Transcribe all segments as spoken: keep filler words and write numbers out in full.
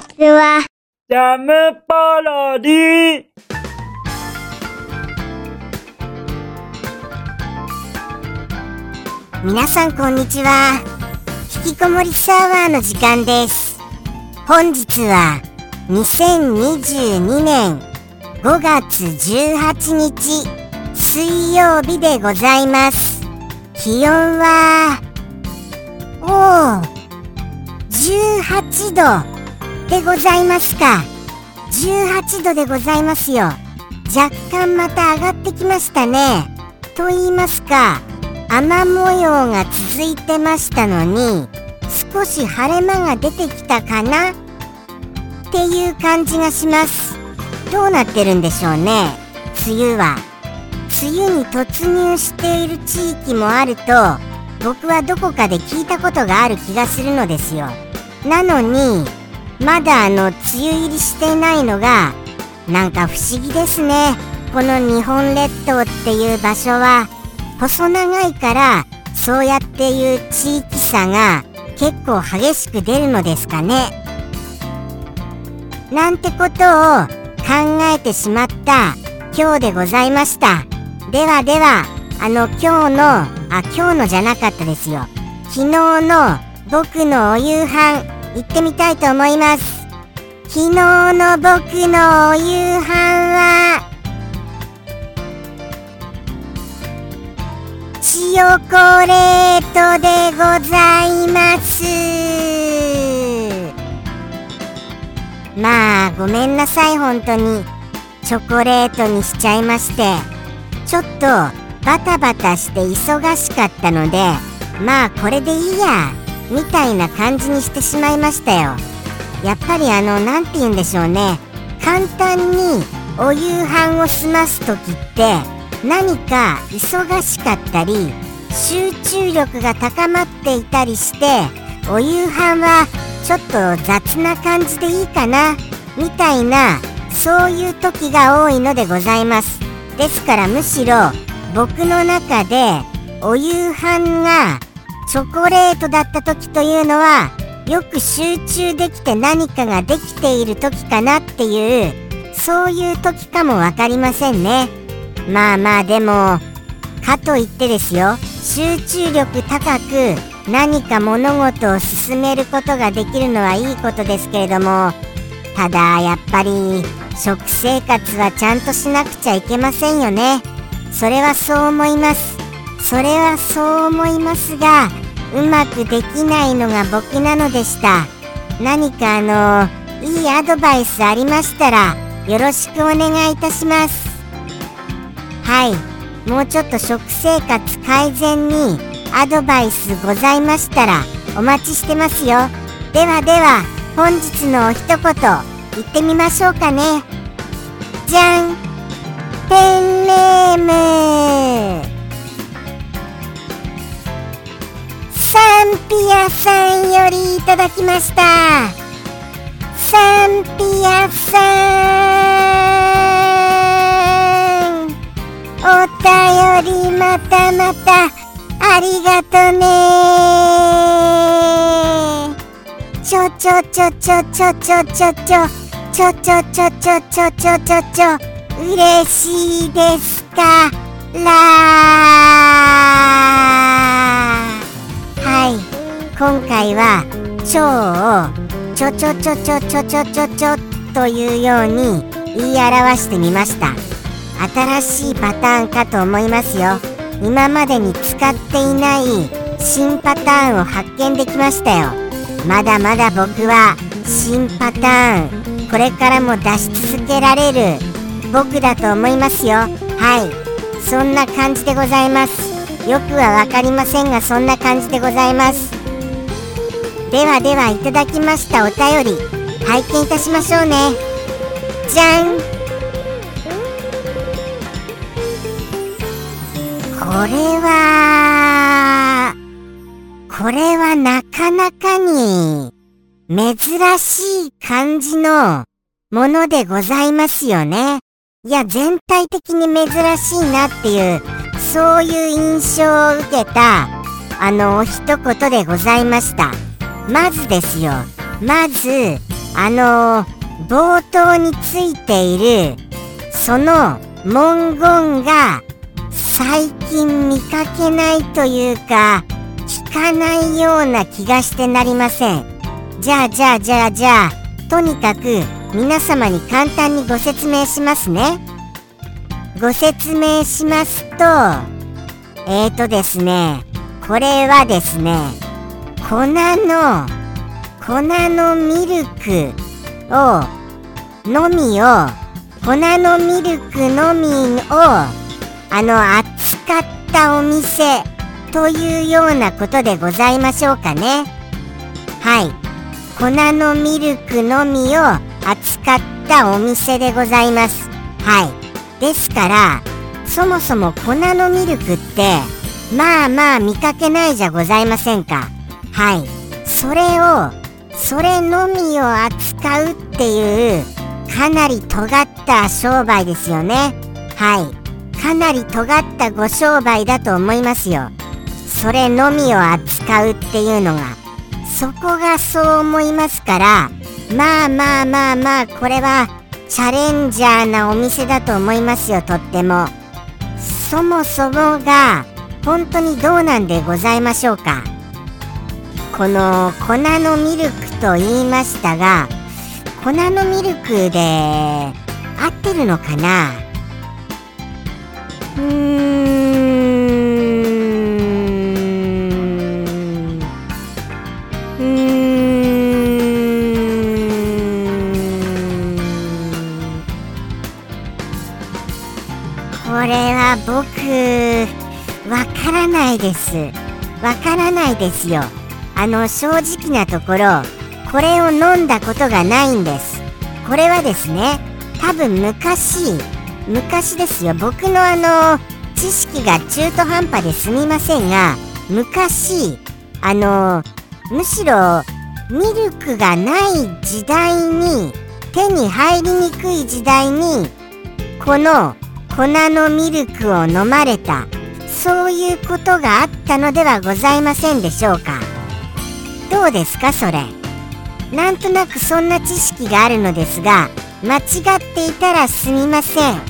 ちは。 ジャムパロディ。 皆さんこんにちは。引きこもりサワーの時間です。本日はにせんにじゅうにねんごがつじゅうはちにち水曜日でございます。気温はおーじゅうはちどでございますか。じゅうはちどでございますよ。若干また上がってきましたね。と言いますか、雨模様が続いてましたのに少し晴れ間が出てきたかなっていう感じがします。どうなってるんでしょうね。梅雨は梅雨に突入している地域もあると僕はどこかで聞いたことがある気がするのですよ。なのにまだあの梅雨入りしていないのがなんか不思議ですね。この日本列島っていう場所は細長いからそうやっていう地域差が結構激しく出るのですかね。なんてことを考えてしまった今日でございました。ではではあの今日のあ今日のじゃなかったですよ。昨日の僕のお夕飯行ってみたいと思います。昨日の僕のお夕飯はチョコレートでございます。まあごめんなさい、本当にチョコレートにしちゃいまして、ちょっとバタバタして忙しかったので、まあこれでいいやみたいな感じにしてしまいましたよ。やっぱりあのなんて言うんでしょうね、簡単にお夕飯を済ます時って何か忙しかったり集中力が高まっていたりして、お夕飯はちょっと雑な感じでいいかなみたいな、そういう時が多いのでございます。ですからむしろ僕の中でお夕飯がチョコレートだった時というのはよく集中できて何かができている時かなっていう、そういう時かも分かりませんね。まあまあでもかといってですよ、集中力高く何か物事を進めることができるのはいいことですけれども、ただやっぱり食生活はちゃんとしなくちゃいけませんよね。それはそう思います。それはそう思いますが、うまくできないのが僕なのでした。何かあのいいアドバイスありましたらよろしくお願いいたします。はい、もうちょっと食生活改善にアドバイスございましたらお待ちしてますよ。ではでは本日のお一言言ってみましょうかね。じゃん、ペンネームサンピアさんよりいただきました。サンピアさん、お便りまたまたありがとね。ちょちょちょちょちょちょちょちょちょちょちょちょちょちょちょちょ嬉しいですから。はい、今回は超をちょちょちょちょちょちょちょちょというように言い表してみました。新しいパターンかと思いますよ。今までに使っていない新パターンを発見できましたよ。まだまだ僕は新パターンこれからも出し続けられる僕だと思いますよ。はい、そんな感じでございます。よくはわかりませんがそんな感じでございます。ではではいただきましたお便り拝見いたしましょうね。じゃん、これはこれはなかなかに珍しい感じのものでございますよね。いや全体的に珍しいなっていう、そういう印象を受けたあのお一言でございました。まずですよ、まずあの冒頭についているその文言が最近見かけないというか聞かないような気がしてなりません。じゃあじゃあじゃあじゃあとにかく皆様に簡単にご説明しますね。ご説明しますとえーとですねこれはですね粉の粉のミルクをのみを粉のミルクのみをあの扱ったお店というようなことでございましょうかね。はい、粉のミルクのみを扱ったお店でございます。はい、ですからそもそも粉のミルクってまあまあ見かけないじゃございませんか。はい、それをそれのみを扱うっていうかなり尖った商売ですよね。はい、かなり尖ったご商売だと思いますよ。それのみを扱うっていうのがそこがそう思いますから、まあまあまあまあこれはチャレンジャーなお店だと思いますよ。とってもそもそもが本当にどうなんでございましょうか。この粉のミルクと言いましたが、粉のミルクで合ってるのかな。うーんうーんこれは僕わからないです。わからないですよ。あの正直なところこれを飲んだことがないんです。これはですね多分昔昔ですよ。僕のあの知識が中途半端ですみませんが、昔あのむしろミルクがない時代に手に入りにくい時代にこの粉のミルクを飲まれた、そういうことがあったのではございませんでしょうか。どうですかそれ。なんとなくそんな知識があるのですが、間違っていたらすみません。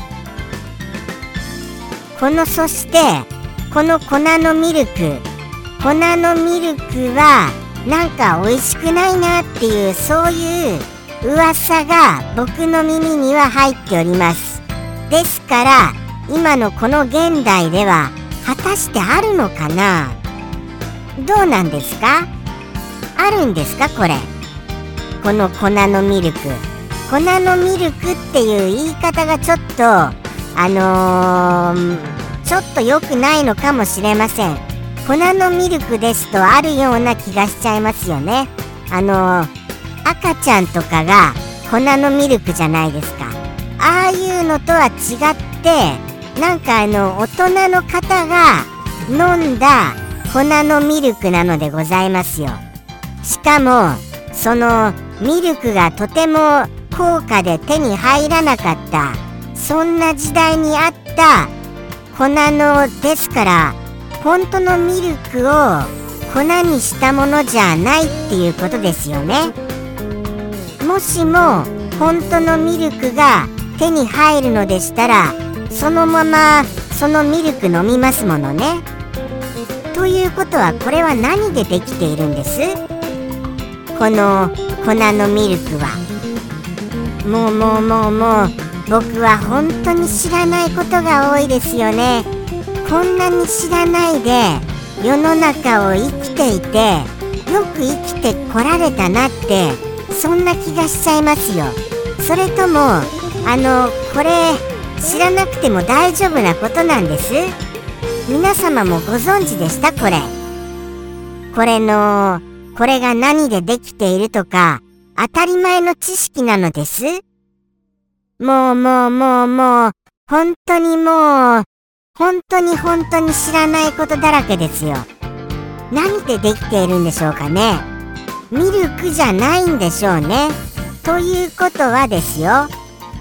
このそしてこの粉のミルク粉のミルクはなんか美味しくないなっていう、そういう噂が僕の耳には入っております。ですから今のこの現代では果たしてあるのかな。どうなんですか。あるんですかこれ。この粉のミルク粉のミルクっていう言い方がちょっとあのー、ちょっと良くないのかもしれません。粉のミルクですとあるような気がしちゃいますよね。あのー、赤ちゃんとかが粉のミルクじゃないですか。ああいうのとは違ってなんかあの大人の方が飲んだ粉のミルクなのでございますよ。しかもそのミルクがとても高価で手に入らなかった、そんな時代にあった粉のですから、本当のミルクを粉にしたものじゃないっていうことですよね。もしも本当のミルクが手に入るのでしたらそのままそのミルク飲みますものね。ということはこれは何でできているんです？この粉のミルクは。もうもうもうもう僕は本当に知らないことが多いですよね。こんなに知らないで世の中を生きていてよく生きてこられたなってそんな気がしちゃいますよ。それともあのこれ知らなくても大丈夫なことなんです。皆様もご存知でした？これこれのこれが何でできているとか当たり前の知識なのです。もうもうもうもう本当にもう本当に本当に知らないことだらけですよ。何でできているんでしょうかね。ミルクじゃないんでしょうね。ということはですよ、あ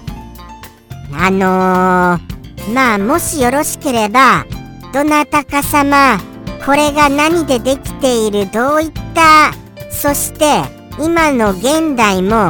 のー、まあもしよろしければどなたか様これが何でできている、どういった、そして今の現代も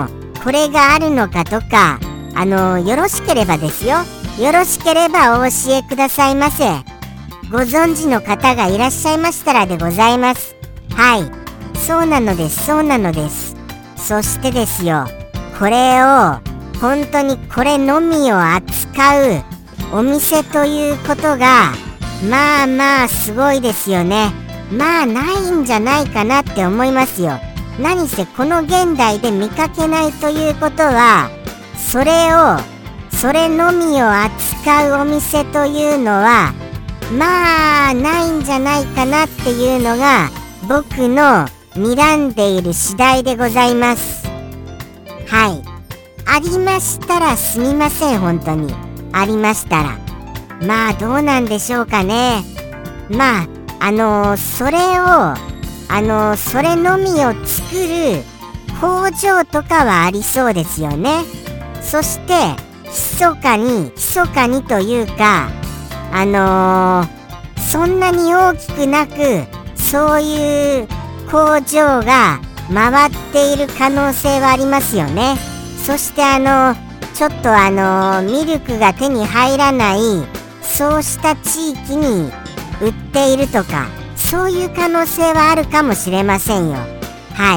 これがあるのかとか、あのよろしければですよ、よろしければお教えくださいませ。ご存知の方がいらっしゃいましたらでございます。はい、そうなのです、そうなのです。そしてですよ、これを本当にこれのみを扱うお店ということがまあまあすごいですよね。まあないんじゃないかなって思いますよ。何せこの現代で見かけないということは、それをそれのみを扱うお店というのはまあないんじゃないかなっていうのが僕の睨んでいる次第でございます。はい、ありましたらすみません、本当にありましたら、まあどうなんでしょうかね。まああのー、それをあのー、それのみを作る工場とかはありそうですよね。そして密かに密かにというか、あのー、そんなに大きくなくそういう工場が回っている可能性はありますよね。そしてあのちょっとあのミルクが手に入らないそうした地域に売っているとか、そういう可能性はあるかもしれませんよ。はい、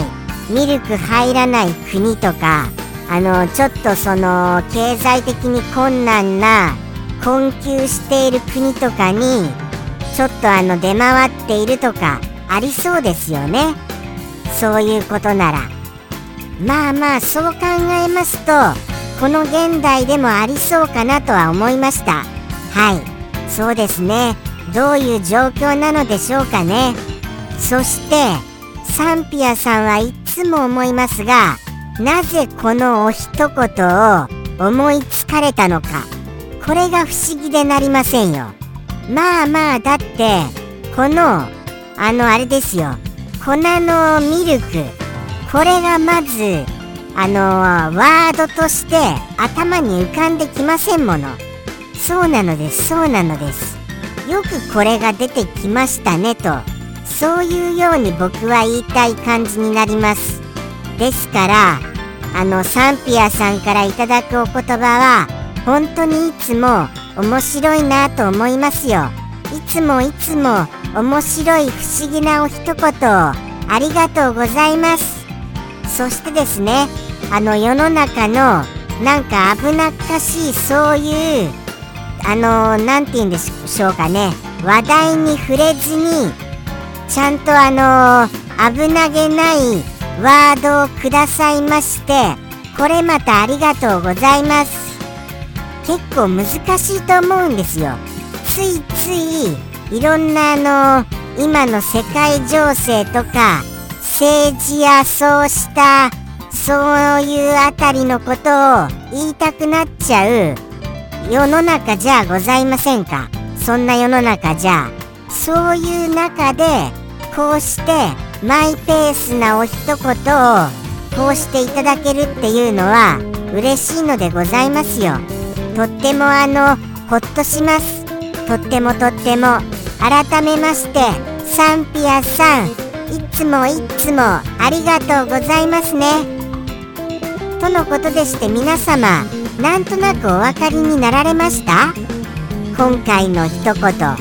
ミルク入らない国とか、あのちょっとその経済的に困難な困窮している国とかにちょっとあの出回っているとかありそうですよね。そういうことならまあまあそう考えますとこの現代でもありそうかなとは思いました。はい、そうですね。どういう状況なのでしょうかね。そしてサンピアさんはいつも思いますが、なぜこのお一言を思いつかれたのか、これが不思議でなりませんよ。まあまあだってこのあのあれですよ、粉のミルク、これがまずあのワードとして頭に浮かんできませんもの。そうなのです、そうなのです。よくこれが出てきましたねと、そういうように僕は言いたい感じになります。ですからあのサンピアさんからいただくお言葉は本当にいつも面白いなと思いますよ。いつもいつも面白い不思議なお一言をありがとうございます。そしてですね、あの世の中のなんか危なっかしいそういうあのなんて言うんでしょうかね、話題に触れずにちゃんとあの危なげないワードをくださいまして、これまたありがとうございます。結構難しいと思うんですよ。ついついいろんなあの今の世界情勢とか政治やそうしたそういうあたりのことを言いたくなっちゃう世の中じゃございませんか。そんな世の中じゃ、そういう中でこうしてマイペースなお一言をこうしていただけるっていうのは嬉しいのでございますよ。とってもあのほっとします。とってもとっても。改めましてサンピアさん、いつもいつもありがとうございますね。とのことでして、皆様なんとなくお分かりになられました？今回の一言だ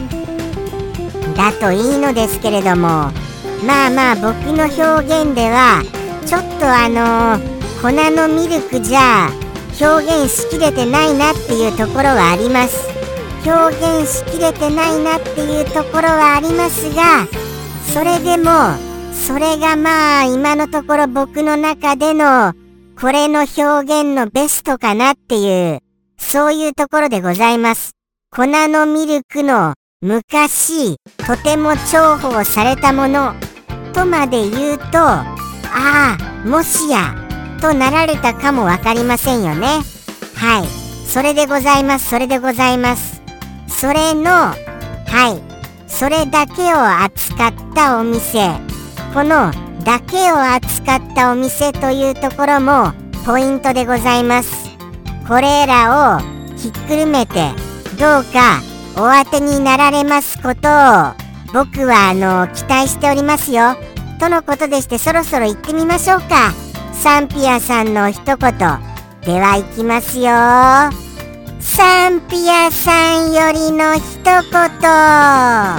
といいのですけれども、まあまあ僕の表現ではちょっとあの粉のミルクじゃ表現しきれてないなっていうところはあります。表現しきれてないなっていうところはありますが、それでもそれがまあ今のところ僕の中でのこれの表現のベストかなっていう、そういうところでございます。粉のミルクの昔とても重宝されたものとまで言うと、ああもしやとなられたかもわかりませんよね。はい、それでございます、それでございます。それのはいそれだけを扱ったお店、このだけを扱ったお店というところもポイントでございます。これらをひっくるめてどうかお当てになられますことを僕はあの期待しておりますよ。とのことでして、そろそろ行ってみましょうか。 サンピアさんの一言ではいきますよ。サンピアさんよりの一言、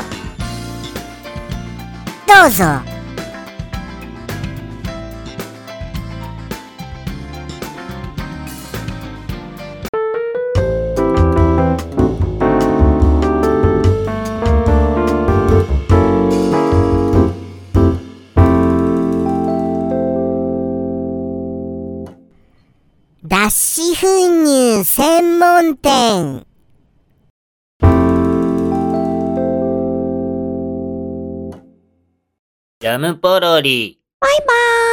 どうぞ。脱脂粉乳専門店。 ジャムポロリ。 バイバーイ。